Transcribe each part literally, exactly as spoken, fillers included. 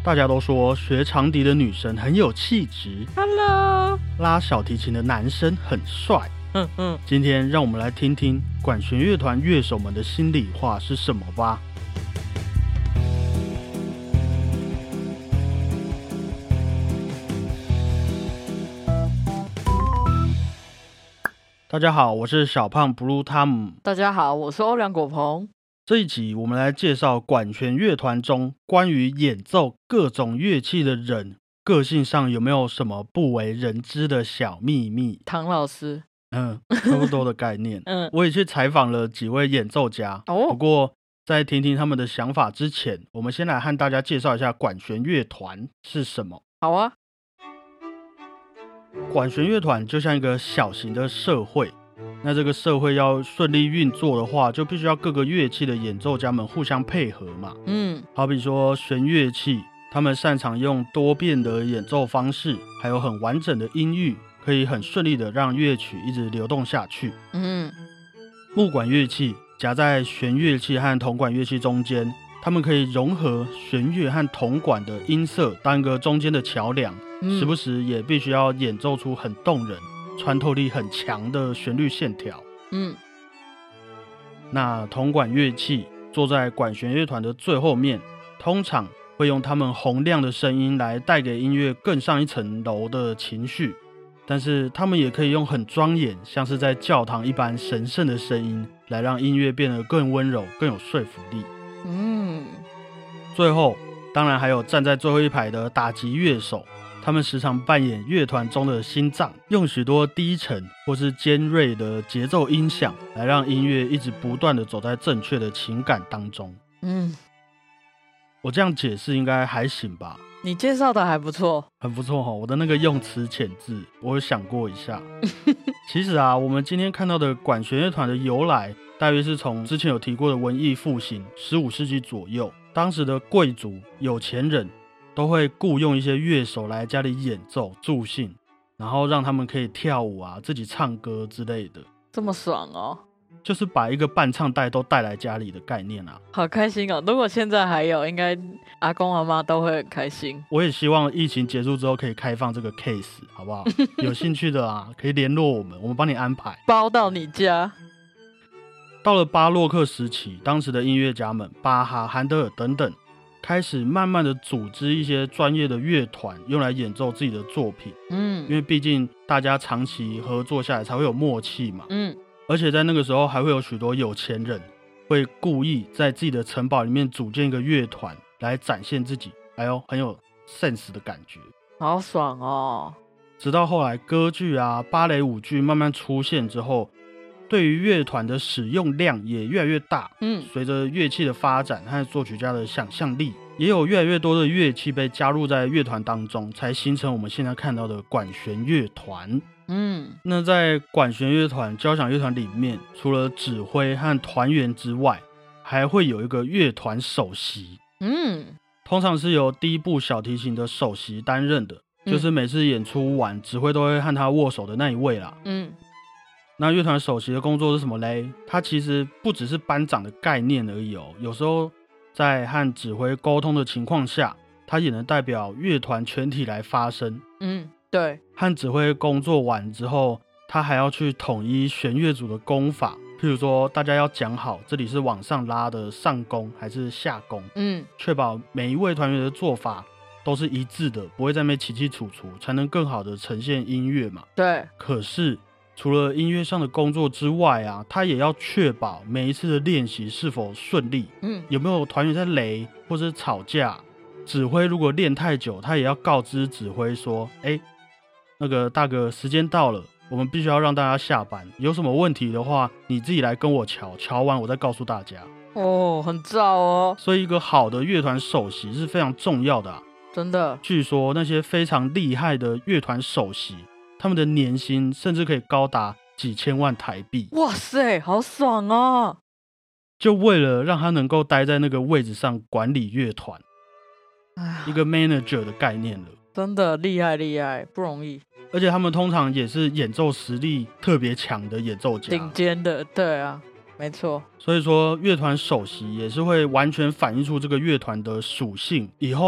大家都说学长笛的女生很有气质 ，Hello， 拉小提琴的男生很帅。 嗯嗯， 今天让我们来听听管弦乐团乐手们的心里话是什么吧。大家好，我是小胖 Blue Tom。 大家好，我是欧良果鹏。 这一集我们来介绍管弦乐团中关于演奏各种乐器的人个性上有没有什么不为人知的小秘密。 唐老师， 嗯，差不多的概念。 嗯， 我也去采访了几位演奏家， 哦， 不过在听听他们的想法之前，我们先来和大家介绍一下管弦乐团是什么。 好啊。 管弦乐团就像一个小型的社会，那这个社会要顺利运作的话，就必须要各个乐器的演奏家们互相配合嘛。 嗯， 好比说弦乐器，他们擅长用多变的演奏方式，还有很完整的音域，可以很顺利的让乐曲一直流动下去。 嗯， 木管乐器夹在弦乐器和铜管乐器中间，他们可以融合弦乐和铜管的音色，当一个中间的桥梁， 嗯， 时不时也必须要演奏出很动人、穿透力很强的旋律线条。 嗯， 那铜管乐器坐在管弦乐团的最后面，通常会用他们洪亮的声音来带给音乐更上一层楼的情绪，但是他们也可以用很庄严，像是在教堂一般神圣的声音，来让音乐变得更温柔、更有说服力。 嗯， 最后，当然还有站在最后一排的打击乐手，他们时常扮演乐团中的心脏，用许多低沉或是尖锐的节奏音响，来让音乐一直不断的走在正确的情感当中。 嗯， 我这样解释应该还行吧？ 你介绍的还不错， 很不错哈，我的那个用词遣字，我有想过一下。其实啊，我们今天看到的管弦乐团的由来，大约是从之前有提过的文艺复兴，十五世纪左右，当时的贵族、有钱人都会雇用一些乐手来家里演奏助兴，然后让他们可以跳舞啊、自己唱歌之类的， 这么爽哦， 就是把一个伴唱带都带来家里的概念啊。 好开心哦！如果现在还有，应该阿公阿妈都会很开心。 我也希望疫情结束之后可以开放这个 case， 好不好？有兴趣的啊，可以联络我们，我们帮你安排， 包到你家。 到了巴洛克时期，当时的音乐家们巴哈、韩德尔等等开始慢慢的组织一些专业的乐团，用来演奏自己的作品。 嗯， 因为毕竟大家长期合作下来才会有默契嘛。 嗯， 而且在那个时候还会有许多有钱人会故意在自己的城堡里面组建一个乐团，来展现自己还有很有 sense 的感觉。 好爽哦！ 直到后来歌剧啊、芭蕾舞剧慢慢出现之后，对于乐团的使用量也越来越大。 嗯， 随着乐器的发展和作曲家的想象力，也有越来越多的乐器被加入在乐团当中，才形成我们现在看到的管弦乐团。 嗯， 那在管弦乐团、交响乐团里面，除了指挥和团员之外，还会有一个乐团首席。 嗯， 通常是由第一部小提琴的首席担任的，就是每次演出完，指挥都会和他握手的那一位啦。 嗯， 那乐团首席的工作是什么嘞？他其实不只是班长的概念而已哦，有时候在和指挥沟通的情况下，他也能代表乐团全体来发声。 嗯，对， 和指挥工作完之后，他还要去统一弦乐组的功法，譬如说大家要讲好这里是往上拉的上弓还是下弓， 嗯， 确保每一位团员的做法都是一致的，不会在那边起起楚楚，才能更好的呈现音乐嘛。 对。 可是除了音乐上的工作之外啊，他也要确保每一次的练习是否顺利， 嗯， 有没有团员在雷或是吵架。指挥如果练太久，他也要告知指挥说，哎，那个大哥时间到了，我们必须要让大家下班，有什么问题的话你自己来跟我瞧，瞧完我再告诉大家。 哦，很燥哦， 所以一个好的乐团首席是非常重要的啊。 真的。 据说那些非常厉害的乐团首席，他们的年薪甚至可以高达几千万台币。 哇塞，好爽哦！ 就为了让他能够待在那个位置上管理乐团，一个 manager 的概念了。 真的厉害厉害，不容易。 而且他们通常也是演奏实力特别强的演奏家， 顶尖的，对啊，没错。 所以说乐团首席也是会完全反映出这个乐团的属性。以后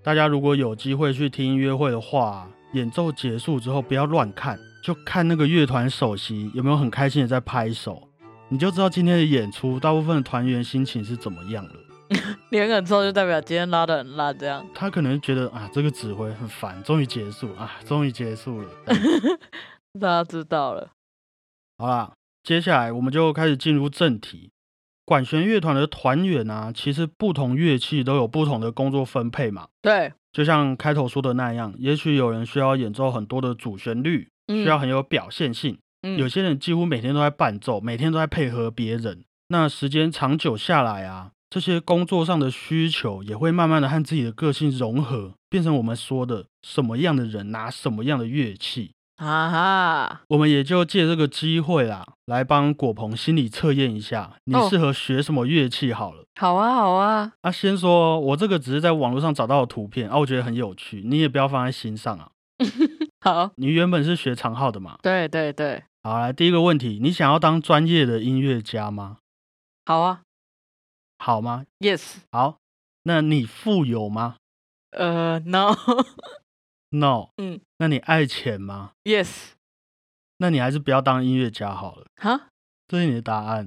大家如果有机会去听音乐会的话，演奏结束之后不要乱看，就看那个乐团首席有没有很开心的在拍手，你就知道今天的演出大部分的团员心情是怎么样了。 脸很臭就代表今天拉得很烂，这样他可能觉得啊，这个指挥很烦，终于结束啊，终于结束了。 大家知道了。 好啦，接下来我们就开始进入正题。管弦乐团的团员啊，其实不同乐器都有不同的工作分配嘛。 对， 就像开头说的那样，也许有人需要演奏很多的主旋律，需要很有表现性， 嗯有些人几乎每天都在伴奏，每天都在配合别人。那时间长久下来啊，这些工作上的需求也会慢慢的和自己的个性融合，变成我们说的什么样的人拿什么样的乐器。 啊哈， 我们也就借这个机会啦，来帮果鹏心理测验一下，你哦适合学什么乐器好了。 好啊好啊， 啊，先说我这个只是在网络上找到的图片啊，我觉得很有趣，你也不要放在心上啊。 好， 你原本是学长号的嘛？ 对对对， 好，来第一个问题，你想要当专业的音乐家吗？ 好啊好吗？ ，yes， 好，那你富有吗呃，no， ？No。 嗯那你爱钱吗？ ，yes， 那你还是不要当音乐家好了。 哈， 这是你的答案。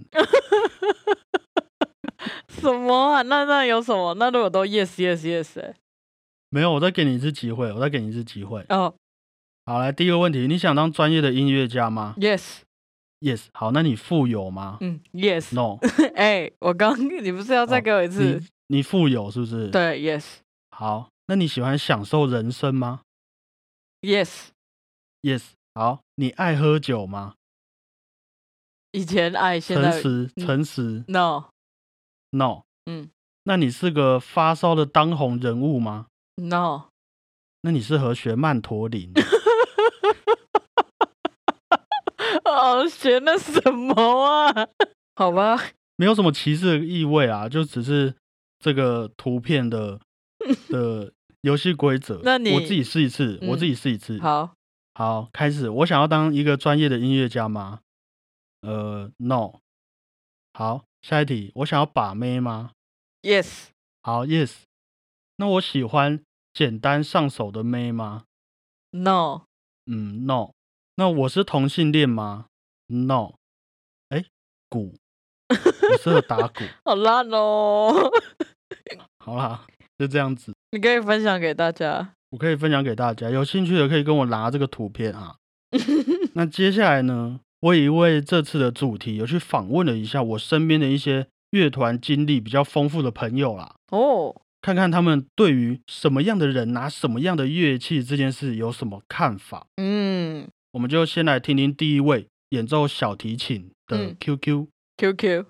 什么啊？那那有什么？那如果都 yes yes yes，哎、 没有，我再给你一次机会，我再给你一次机会。 哦好，来第一个问题，你想当专业的音乐家吗 ，yes， ？Yes。好，那你富有吗嗯，yes， ？No。 哎、我刚你不是要再给我一次？ 你你富有是不是？。 对，yes，yes， 好，那你喜欢享受人生吗？Yes。好，你爱喝酒吗？ 以前爱，现诚在实， 嗯诚实。 no， No。 嗯那你是个发烧的当红人物吗？ ，no， 那你适合学曼陀林。 哦，学那什么啊？好吧， 没有什么歧视的意味啊，就只是这个图片的的游戏规则。 那你我自己试一次， 嗯我自己试一次。 好， 好，开始。我想要当一个专业的音乐家吗？呃，No。好，下一题。我想要把妹吗？ yes， 好 ，Yes。那我喜欢简单上手的妹吗？ no， 嗯 ，No。那我是同性恋吗？ No。哎，鼓，我适合打鼓。 好烂哦。 好啦，就这样子。 你可以分享给大家。 我可以分享给大家，有兴趣的可以跟我拿这个图片哈。那接下来呢，我也因为这次的主题有去访问了一下我身边的一些乐团经历比较丰富的朋友啦， 哦， 看看他们对于什么样的人拿什么样的乐器这件事有什么看法。 嗯我们就先来听听第一位演奏小提琴的嗯 Q Q。 ，Q Q，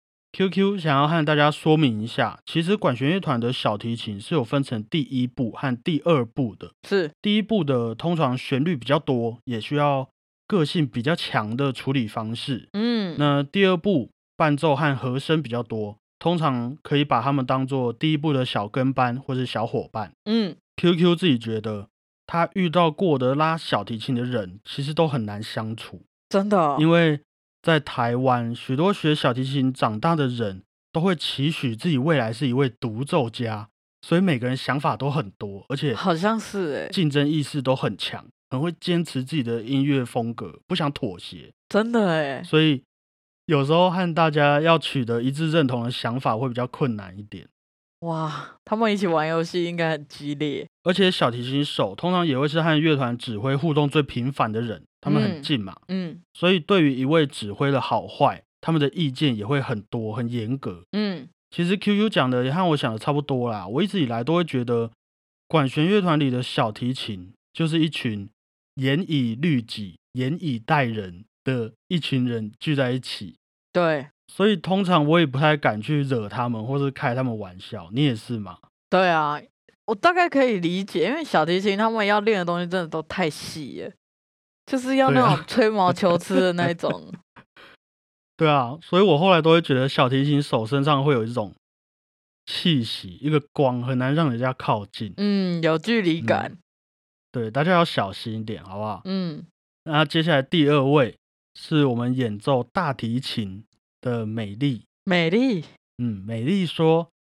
Q Q 想要和大家说明一下，其实管弦乐团的小提琴是有分成第一部和第二部的。 是， 第一部的通常旋律比较多，也需要个性比较强的处理方式。 嗯， 那第二部伴奏和和声比较多，通常可以把他们当做第一部的小跟班或是小伙伴。 嗯 Q Q 自己觉得，他遇到过的拉小提琴的人，其实都很难相处， 真的、哦， 因为在台湾，许多学小提琴长大的人都会期许自己未来是一位独奏家，所以每个人想法都很多，而且好像是哎， 竞争意识都很强，很会坚持自己的音乐风格，不想妥协。 真的哎， 所以有时候和大家要取得一致认同的想法会比较困难一点。 哇，他们一起玩游戏应该很激烈。 而且小提琴手通常也会是和乐团指挥互动最频繁的人，他们很近嘛， 嗯所以对于一位指挥的好坏，他们的意见也会很多很严格。 嗯其实 Q Q 讲的也和我想的差不多啦，我一直以来都会觉得管弦乐团里的小提琴就是一群严以律己、严以待人的一群人聚在一起， 对所以通常我也不太敢去惹他们或是开他们玩笑。你也是吗？ 对啊，我大概可以理解，因为小提琴他们要练的东西真的都太细了，就是要那对啊种吹毛求疵的那一种。 对啊，所以我后来都会觉得小提琴手身上会有一种气息，一个光，很难让人家靠近。 嗯，有距离感。 对，大家要小心一点，好不好？ 嗯那接下来第二位是我们演奏大提琴的美丽。 美丽。 嗯，美丽说，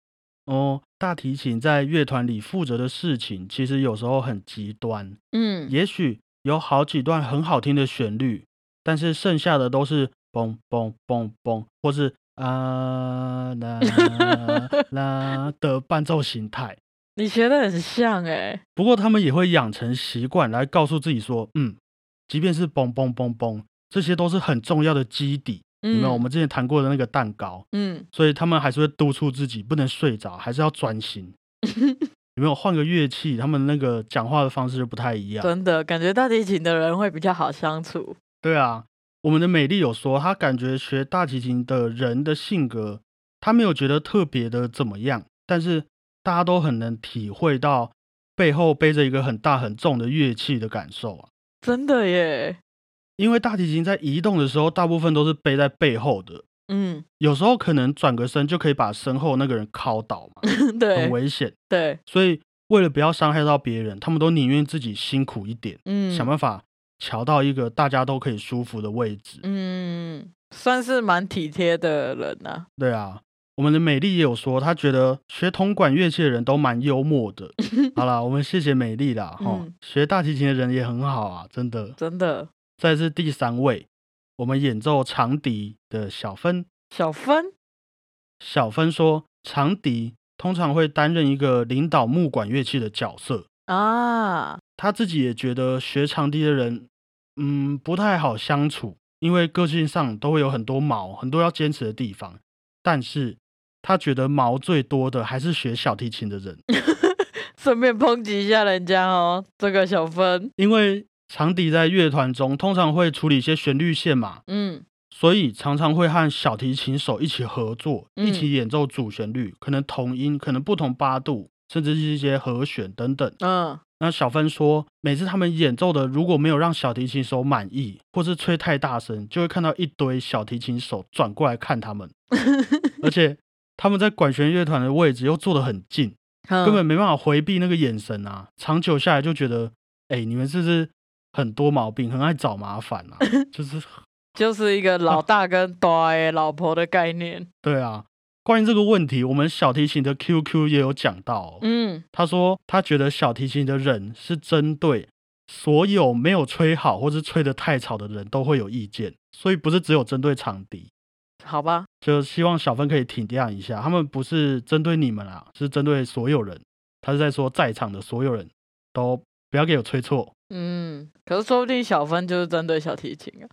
哦，大提琴在乐团里负责的事情，其实有时候很极端。 嗯， 也许有好几段很好听的旋律，但是剩下的都是嘣嘣嘣嘣，或是啊啦啦的伴奏形态。 你学的很像哎、 不过他们也会养成习惯来告诉自己说，嗯，即便是嘣嘣嘣嘣，这些都是很重要的基底。有没有我嗯们之前谈过的那个蛋糕？ 嗯， 所以他们还是会督促自己不能睡着，还是要专心。有没有换个乐器，他们那个讲话的方式就不太一样。 真的感觉大提琴的人会比较好相处。 对啊，我们的美丽有说，她感觉学大提琴的人的性格，她没有觉得特别的怎么样，但是大家都很能体会到背后背着一个很大很重的乐器的感受啊。 真的耶。 因为大提琴在移动的时候，大部分都是背在背后的， 嗯， 有时候可能转个身就可以把身后那个人敲倒嘛，很对危险。 对， 所以为了不要伤害到别人，他们都宁愿自己辛苦一点，想嗯办法调到一个大家都可以舒服的位置。 嗯，算是蛮体贴的人呐、 对啊，我们的美丽也有说，她觉得学铜管乐器的人都蛮幽默的。好啦，我们谢谢美丽啦，齁嗯学大提琴的人也很好啊，真的。 真的。 再是第三位，我们演奏长笛的小芬。 小芬， 小芬说，长笛通常会担任一个领导木管乐器的角色。 啊， 他自己也觉得学长笛的人，嗯，不太好相处，因为个性上都会有很多毛，很多要坚持的地方。但是他觉得毛最多的还是学小提琴的人， 顺便抨击一下人家哦，这个小芬。 因为长笛在乐团中通常会处理一些旋律线嘛， 嗯所以常常会和小提琴手一起合作， 嗯一起演奏主旋律，可能同音，可能不同八度，甚至是一些和弦等等。 嗯， 那小芬说，每次他们演奏的如果没有让小提琴手满意，或是吹太大声，就会看到一堆小提琴手转过来看他们，而且他们在管弦乐团的位置又坐得很近，根本嗯没办法回避那个眼神啊。长久下来就觉得，哎、你们是不是很多毛病，很爱找麻烦啊？就是就是一个老大跟大的老婆的概念。 对啊。关于这个问题，我们小提琴的 Q Q 也有讲到、哦， 嗯， 他说他觉得小提琴的人是针对所有没有吹好或是吹得太吵的人都会有意见，所以不是只有针对长笛。 好吧， 就希望小芬可以体谅一下，他们不是针对你们啦，是针对所有人。他是在说在场的所有人都不要给我吹错。 嗯，可是说不定小芬就是针对小提琴啊。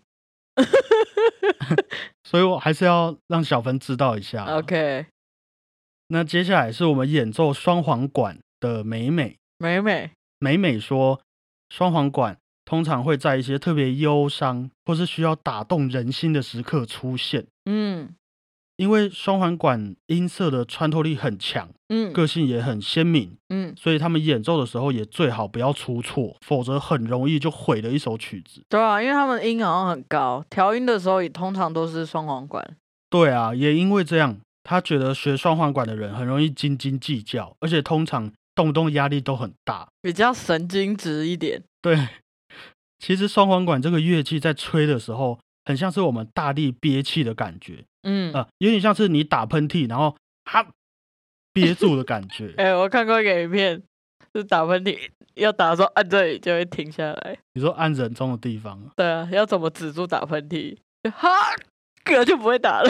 所以我还是要让小芬知道一下。 OK， 那接下来是我们演奏双簧管的美美。 美美， 美美说，双簧管通常会在一些特别忧伤或是需要打动人心的时刻出现， 嗯因为双簧管音色的穿透力很强， 嗯个性也很鲜明， 嗯， 所以他们演奏的时候也最好不要出错，否则很容易就毁了一首曲子。 对啊，因为他们音好像很高，调音的时候也通常都是双簧管。 对啊，也因为这样，他觉得学双簧管的人很容易斤斤计较，而且通常动不动压力都很大。 比较神经质一点。 对，其实双簧管这个乐器在吹的时候，很像是我们大力憋气的感觉， 嗯， 呃，有点像是你打喷嚏，然后哈憋住的感觉。 哎、我看过一个影片，是打喷嚏要打的时候按这里就会停下来。 你说按人中的地方， 对啊，要怎么止住打喷嚏？就哈，个就不会打了。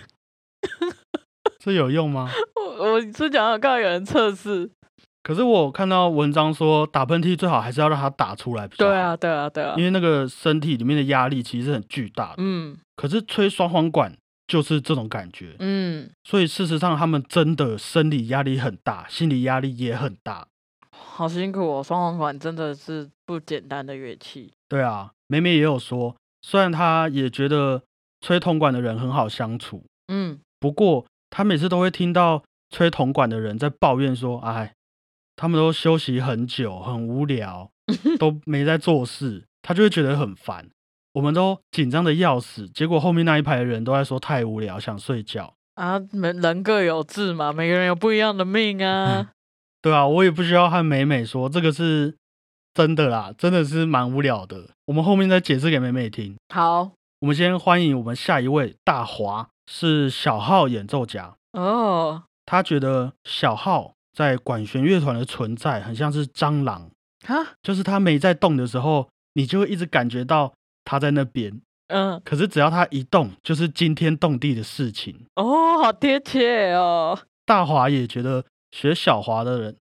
这有用吗？ 我我是讲有看到有人测试。 可是我有看到文章说，打喷嚏最好还是要让它打出来比较好。 对啊，对啊，对啊因。为那个身体里面的压力其实是很巨大的。 嗯可是吹双簧管就是这种感觉， 嗯， 所以事实上他们真的生理压力很大，心理压力也很大。 好辛苦哦，双簧管真的是不简单的乐器。 对啊，美美也有说，虽然她也觉得吹铜管的人很好相处， 嗯， 不过她每次都会听到吹铜管的人在抱怨说，哎，他们都休息很久，很无聊，都没在做事，她就会觉得很烦。我们都紧张的要死，结果后面那一排的人都在说太无聊，想睡觉。 啊，每人各有志嘛，每个人有不一样的命啊。 对啊，我也不需要和美美说这个是真的啦，真的是蛮无聊的。我们后面再解释给美美听。 好我们先欢迎我们下一位大华，是小号演奏家。 哦， 他觉得小号在管弦乐团的存在很像是蟑螂， 哈， 就是他没在动的时候，你就会一直感觉到他在那边， 嗯， 可是只要他一动，就是惊天动地的事情。 哦，好贴切哦。 大华也觉得学小华的人，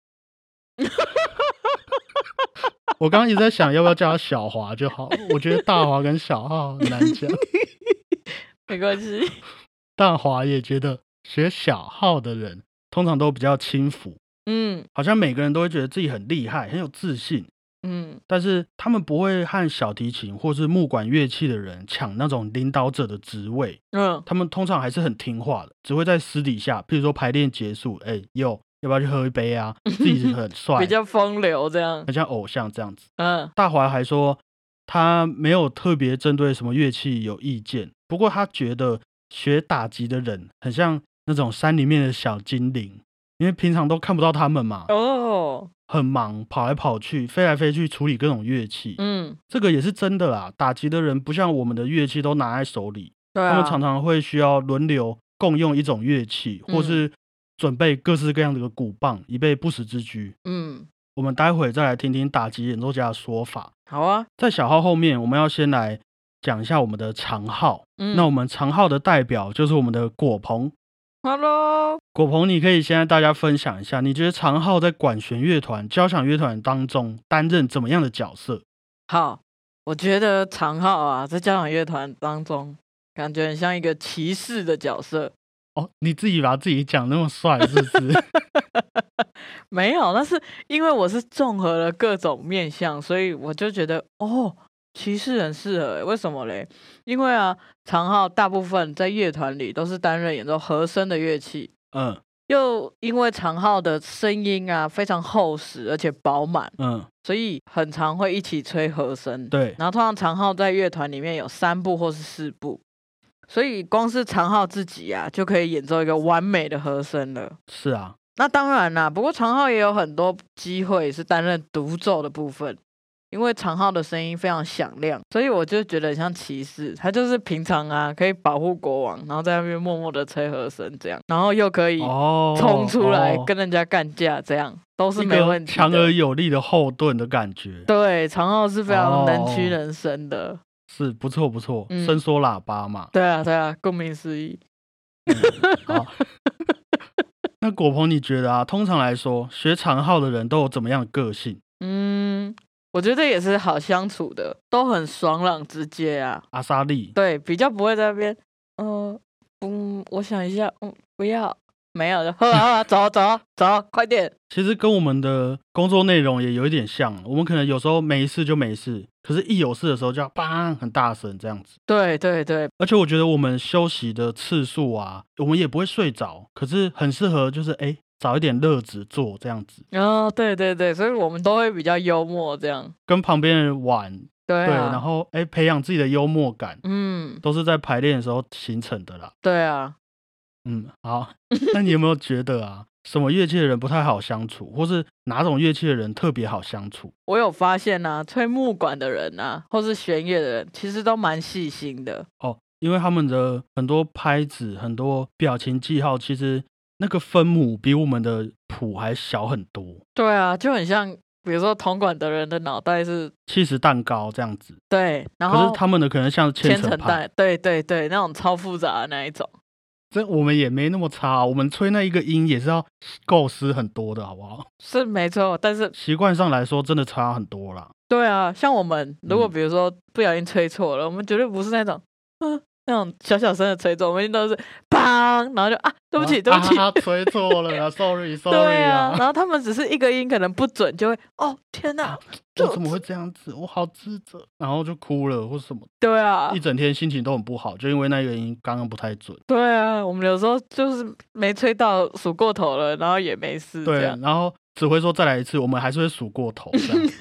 我刚刚一直在想要不要叫他小华就好，我觉得大华跟小号很难讲。 没关系。 大华也觉得学小号的人通常都比较轻浮， 嗯好像每个人都会觉得自己很厉害，很有自信， 嗯但是他们不会和小提琴或是木管乐器的人抢那种领导者的职位， 嗯， 他们通常还是很听话的，只会在私底下，譬如说排练结束，哎、哟，要不要去喝一杯啊？自己很帅， 比较风流这样。 很像偶像这样子。 嗯大华还说他没有特别针对什么乐器有意见，不过他觉得学打击的人很像那种山里面的小精灵，因为平常都看不到他们嘛， 哦， 很忙，跑来跑去，飞来飞去处理各种乐器。 嗯， 这个也是真的啦，打击的人不像我们的乐器都拿在手里， 对啊， 他们常常会需要轮流共用一种乐器， 嗯或是准备各式各样的鼓棒，以备不时之需。 嗯， 我们待会再来听听打击演奏家的说法。 好啊。 在小号后面，我们要先来讲一下我们的长号。 嗯， 那我们长号的代表就是我们的果鹏。 Hello， 果鹏，你可以先跟大家分享一下，你觉得长号在管弦乐团、交响乐团当中担任怎么样的角色？ 好，我觉得长号啊，在交响乐团当中，感觉很像一个骑士的角色。 哦，你自己把自己讲那么帅，是不是？ 没有，但是因为我是综合了各种面向，所以我就觉得哦，骑士很适合欸。为什么嘞？因为啊，长号大部分在乐团里都是担任演奏和声的乐器， 嗯又因为长号的声音啊非常厚实而且饱满， 嗯， 所以很常会一起吹和声。 对， 然后通常长号在乐团里面有三部或是四部，所以光是长号自己啊就可以演奏一个完美的和声了。 是啊， 那当然啦，不过长号也有很多机会是担任独奏的部分，因为长号的声音非常响亮，所以我就觉得很像骑士，他就是平常啊可以保护国王，然后在那边默默的吹和声这样，然后又可以哦， 冲出来哦跟人家干架，这样都是一个没问题的。 强而有力的后盾的感觉， 对，长号是非常能屈哦能伸的。 是不错不错， 嗯伸缩喇叭嘛。 对啊，对啊，顾名思义。 好，那果鹏，你觉得啊，通常来说，学长号的人都有怎么样的个性？ 嗯，我觉得也是好相处的，都很爽朗直接啊。 阿莎莉， 对，比较不会在那边，嗯、嗯，我想一下，嗯，不要，没有的，喝啊喝啊，走啊走啊走啊，快点。 其实跟我们的工作内容也有一点像，我们可能有时候没事就没事，可是一有事的时候就要砰很大声这样子。 对对对， 而且我觉得我们休息的次数啊，我们也不会睡着，可是很适合就是哎找一点乐子做这样子， 哦，对对对，所以我们都会比较幽默这样。 跟旁边人玩，对， 对啊， 然后哎培养自己的幽默感， 嗯， 都是在排练的时候形成的啦。 对啊， 嗯，好，那你有没有觉得啊，什么乐器的人不太好相处，或是哪种乐器的人特别好相处？ 我有发现啊，吹木管的人啊，或是弦乐的人，其实都蛮细心的。 哦，因为他们的很多拍子、很多表情记号，其实那个分母比我们的谱还小很多， 对啊，就很像，比如说铜管的人的脑袋是， 气势蛋糕这样子。 对，然可后是他们的可能像千千层层派， 蛋，对对对，那种超复杂的那一种。 这我们也没那么差啊，我们吹那一个音也是要构思很多的，好不好？ 是没错，但是习惯上来说，真的差很多啦。 对啊，像我们如果嗯比如说不小心吹错了，我们绝对不是那种嗯那种小小声的吹错，我们一定都是砰，然后就啊对不起对不起， 啊，吹错了啊，sorry sorry 对啊， 啊， 然后他们只是一个音可能不准，就会哦天哪，这我怎么会这样子？我好自责，然后就哭了或什么， 对啊一整天心情都很不好，就因为那个音刚刚不太准。 对啊，我们有时候就是没吹到，数过头了，然后也没事这对， 样。 然后只会说再来一次，我们还是会数过头这样。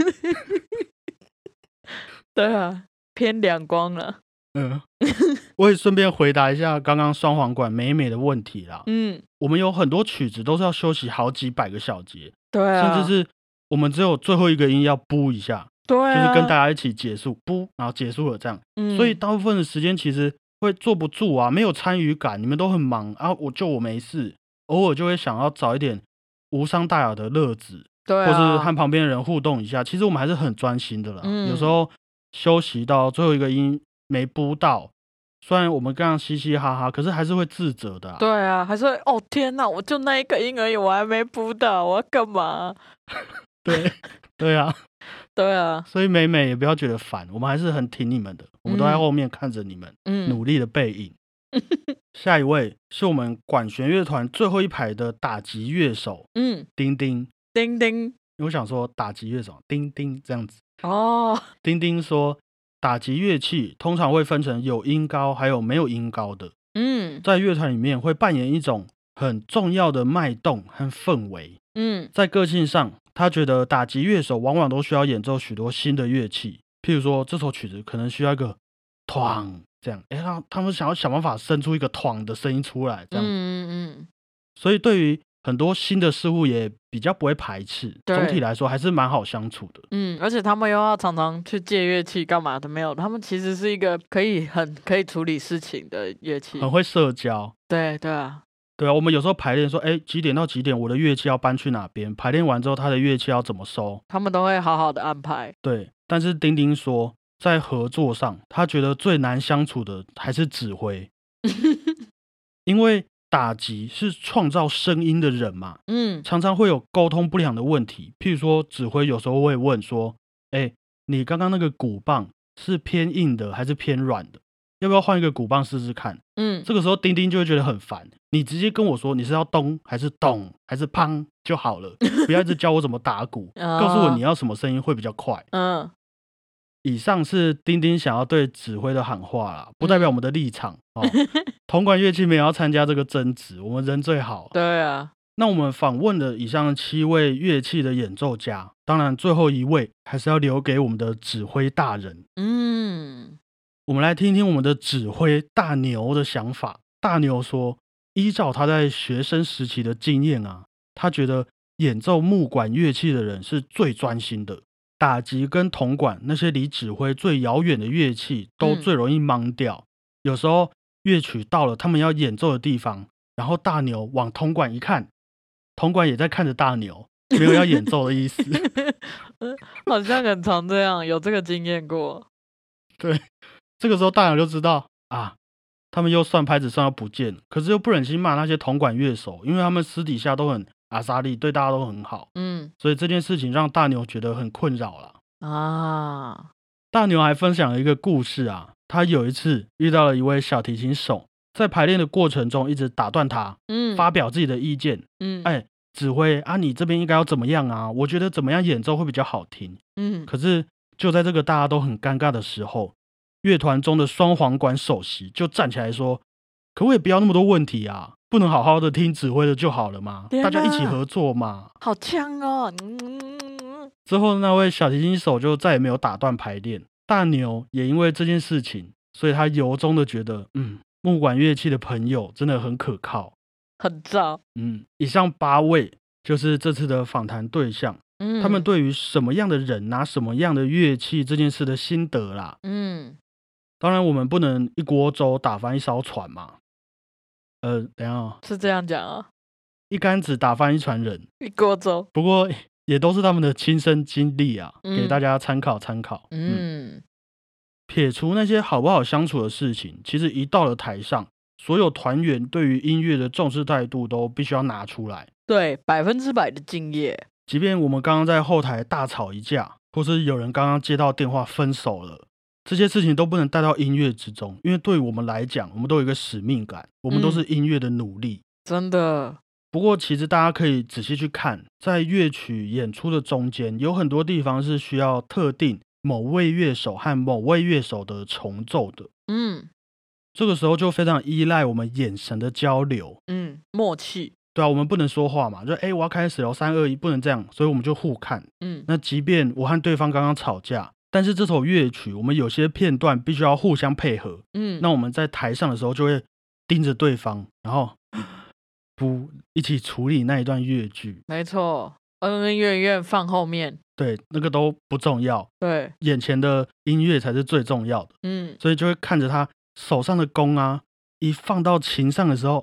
对啊，偏两光了。 嗯，我也顺便回答一下刚刚双簧管美美的问题啦。 嗯， 我们有很多曲子都是要休息好几百个小节， 对啊， 甚至是我们只有最后一个音要布一下， 对啊， 就是跟大家一起结束，布，然后结束了这样。 嗯所以大部分的时间其实会坐不住啊，没有参与感，你们都很忙啊，我就我没事， 偶尔就会想要找一点无伤大雅的乐子， 对啊， 或是和旁边的人互动一下。其实我们还是很专心的啦。 嗯有时候休息到最后一个音没拨到，虽然我们刚刚嘻嘻哈哈，可是还是会自责的啊。 对啊，还是会哦天哪，我就那一个音而已，我还没补到，我要干嘛？ 对对啊， 对啊， 所以美美也不要觉得烦，我们还是很挺你们的，我们都在后面看着你们嗯， 努力的背影。下一位是我们管弦乐团最后一排的打击乐手， 嗯， 丁丁。 丁丁， 我想说打击乐手丁丁这样子。 哦， 丁丁说，打击乐器通常会分成有音高还有没有音高的， 嗯在乐团里面会扮演一种很重要的脉动和氛围。 嗯在个性上，他觉得打击乐手往往都需要演奏许多新的乐器，譬如说这首曲子可能需要一个哐这样，哎，他他们想要想办法生出一个哐的声音出来，这样子。 嗯嗯所以对于很多新的事物也比较不会排斥， 对总体来说还是蛮好相处的。 嗯，而且他们又要常常去借乐器干嘛的没有，他们其实是一个可以很可以处理事情的乐器。 很会社交。 对对啊， 对啊，我们有时候排练说，哎，几点到几点我的乐器要搬去哪边，排练完之后他的乐器要怎么收， 他们都会好好的安排。 对。但是丁丁说，在合作上，他觉得最难相处的还是指挥，因为打击是创造声音的人嘛， 嗯常常会有沟通不良的问题。譬如说，指挥有时候会问说，哎，你刚刚那个鼓棒是偏硬的还是偏软的？要不要换一个鼓棒试试看？ 嗯， 这个时候丁丁就会觉得很烦，你直接跟我说你是要咚还是咚还是砰就好了，不要一直教我怎么打鼓，告诉我你要什么声音会比较快。 嗯以上是丁丁想要对指挥的喊话啦，不代表我们的立场、哦。铜管乐器没有要参加这个争执，我们人最好。 对啊， 那我们访问了以上七位乐器的演奏家，当然最后一位还是要留给我们的指挥大人。 嗯我们来听听我们的指挥大牛的想法。大牛说，依照他在学生时期的经验啊，他觉得演奏木管乐器的人是最专心的，打击跟铜管那些离指挥最遥远的乐器都最容易懵掉、嗯、有时候乐曲到了他们要演奏的地方，然后大牛往铜管一看，铜管也在看着大牛，没有要演奏的意思。 好像很常这样，有这个经验过。 对，这个时候大牛就知道啊，他们又算拍子算到不见了，可是又不忍心骂那些铜管乐手，因为他们私底下都很阿莎利，对大家都很好。嗯，所以这件事情让大牛觉得很困扰了啊。大牛还分享了一个故事啊，他有一次遇到了一位小提琴手，在排练的过程中一直打断他，嗯，发表自己的意见，嗯，哎，指挥啊，你这边应该要怎么样啊？我觉得怎么样演奏会比较好听，嗯，可是就在这个大家都很尴尬的时候，乐团中的双簧管首席就站起来说，可不可以不要那么多问题啊？不能好好的听指挥的就好了吗？大家一起合作嘛。 好呛哦、嗯、 之后那位小提琴手就再也没有打断排练。大牛也因为这件事情，所以他由衷的觉得，嗯，木管乐器的朋友真的很可靠， 很糟。 嗯，以上八位就是这次的访谈对象，嗯，他们对于什么样的人拿什么样的乐器这件事的心得啦。嗯，当然我们不能一锅粥打翻一艘船嘛。呃，等一下、哦， 是这样讲啊， 一竿子打翻一船人， 一锅粥。 不过也都是他们的亲身经历啊，嗯、给大家参考参考。嗯，嗯撇除那些好不好相处的事情，其实一到了台上，所有团员对于音乐的重视态度都必须要拿出来。 对，百分之百的敬业。 即便我们刚刚在后台大吵一架，或是有人刚刚接到电话分手了，这些事情都不能带到音乐之中，因为对于我们来讲，我们都有一个使命感，我们都是音乐的努力。嗯、 真的。 不过其实大家可以仔细去看，在乐曲演出的中间，有很多地方是需要特定某位乐手和某位乐手的重奏的。嗯，这个时候就非常依赖我们眼神的交流。 嗯，默契。 对啊，我们不能说话嘛，就哎，我要开始了，三二一，不能这样，所以我们就互看。嗯，那即便我和对方刚刚吵架，但是这首乐曲我们有些片段必须要互相配合。嗯，那我们在台上的时候就会盯着对方，然后不一起处理那一段乐句。 没错，恩恩怨怨放后面。 对，那个都不重要。 对， 眼前的音乐才是最重要的。嗯，所以就会看着他手上的弓啊，一放到琴上的时候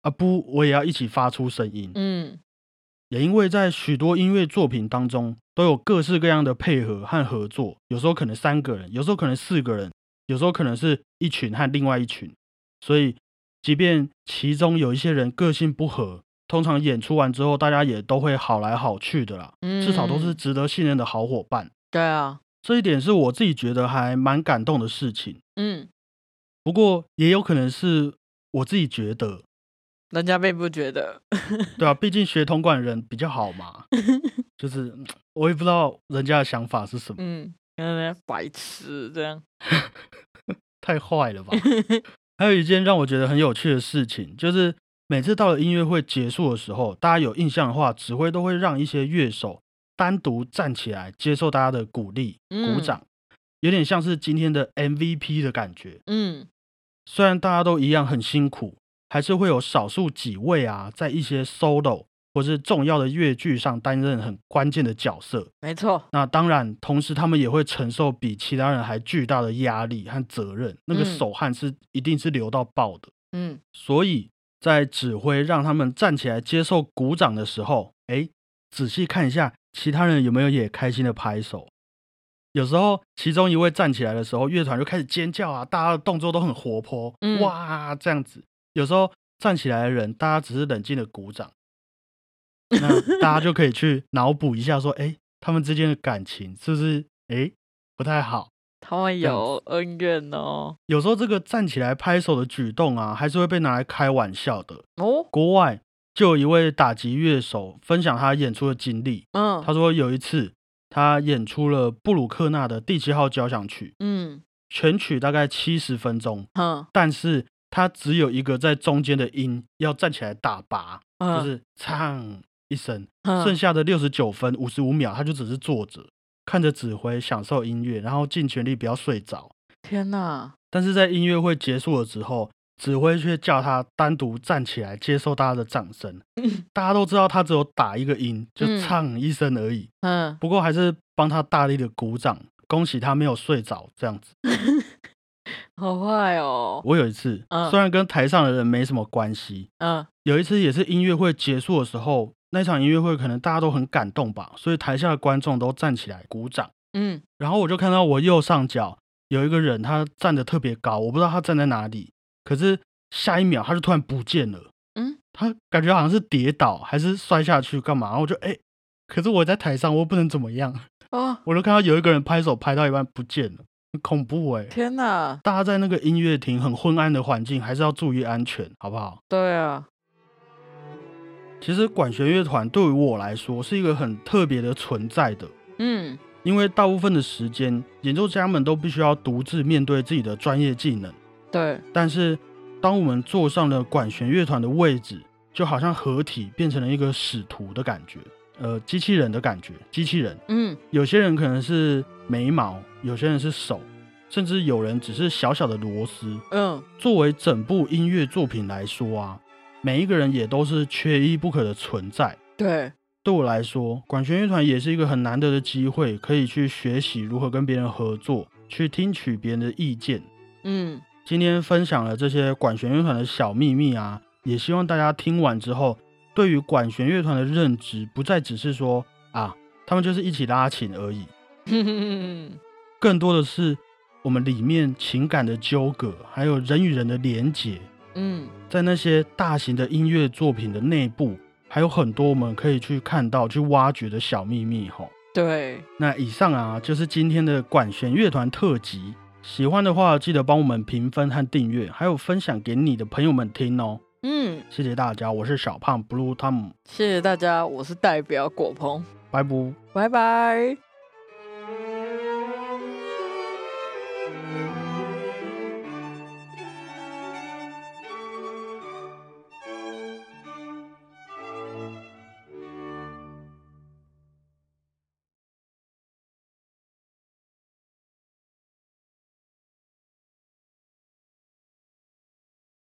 啊不，我也要一起发出声音。 嗯， 也因为在许多音乐作品当中都有各式各样的配合和合作，有时候可能三个人，有时候可能四个人，有时候可能是一群和另外一群，所以即便其中有一些人个性不合，通常演出完之后大家也都会好来好去的啦， 嗯至少都是值得信任的好伙伴。 对啊， 这一点是我自己觉得还蛮感动的事情。 嗯， 不过也有可能是我自己觉得， 人家并不觉得。 对啊，毕竟学铜管的人比较好嘛，就是嗯我也不知道人家的想法是什么， 嗯，嗯，白痴这样。 太坏了吧。还有一件让我觉得很有趣的事情，就是每次到了音乐会结束的时候，大家有印象的话，指挥都会让一些乐手单独站起来接受大家的鼓励、鼓掌，有点像是今天的 M V P 的感觉。 嗯， 虽然大家都一样很辛苦，还是会有少数几位啊，在一些 solo 或是重要的乐句上担任很关键的角色。 没错。 那当然，同时他们也会承受比其他人还巨大的压力和责任，那个嗯手汗是一定是流到爆的。 嗯， 所以在指挥让他们站起来接受鼓掌的时候，哎，仔细看一下其他人有没有也开心的拍手。有时候其中一位站起来的时候，乐团就开始尖叫啊，大家的动作都很活泼， 嗯哇，这样子。有时候站起来的人，大家只是冷静的鼓掌，那大家就可以去脑补一下，说，哎，他们之间的感情是不是哎不太好？ 他们有恩怨哦。 有时候这个站起来拍手的举动啊，还是会被拿来开玩笑的。 哦， 国外就有一位打击乐手分享他演出的经历， 嗯， 他说有一次他演出了布鲁克纳的第七号交响曲， 嗯， 全曲大概七十分钟， 哼， 但是他只有一个在中间的音要站起来打拔， 嗯就是唱一声， 嗯剩下的六十九分五十五秒他就只是坐着看着指挥享受音乐，然后尽全力不要睡着。 天哪， 但是在音乐会结束了之后，指挥却叫他单独站起来接受大家的掌声。大家都知道他只有打一个音，就嗯唱一声而已， 嗯， 不过还是帮他大力的鼓掌，恭喜他没有睡着这样子。 好坏哦。 我有一次， 嗯虽然跟台上的人没什么关系， 嗯有一次也是音乐会结束的时候，那场音乐会可能大家都很感动吧，所以台下的观众都站起来鼓掌。 嗯然后我就看到我右上角有一个人，他站得特别高，我不知道他站在哪里，可是下一秒他就突然不见了。 嗯， 他感觉好像是跌倒还是摔下去干嘛，然后我就哎、欸可是我在台上，我不能怎么样， 哦， 我就看到有一个人拍手拍到一半不见了，很恐怖哎、 天哪， 大家在那个音乐厅很昏暗的环境，还是要注意安全，好不好？ 对啊， 其实管弦乐团对于我来说是一个很特别的存在的， 嗯因为大部分的时间，演奏家们都必须要独自面对自己的专业技能。 对， 但是，当我们坐上了管弦乐团的位置，就好像合体变成了一个使徒的感觉，呃，机器人的感觉。机器人， 嗯有些人可能是眉毛，有些人是手，甚至有人只是小小的螺丝。 嗯作为整部音乐作品来说啊，每一个人也都是缺一不可的存在。 对， 对我来说，管弦乐团也是一个很难得的机会，可以去学习如何跟别人合作，去听取别人的意见。 嗯今天分享了这些管弦乐团的小秘密啊，也希望大家听完之后，对于管弦乐团的认知，不再只是说啊，他们就是一起拉琴而已， 哼， 更多的是我们里面情感的纠葛，还有人与人的连结。 嗯在那些大型的音乐作品的内部，还有很多我们可以去看到、去挖掘的小秘密吼。 对， 那以上啊，就是今天的管弦乐团特辑。喜欢的话，记得帮我们评分和订阅，还有分享给你的朋友们听哦。 嗯， 谢谢大家，我是小胖 Blue Tom， 谢谢大家，我是代表果鹏， 拜拜。 拜拜。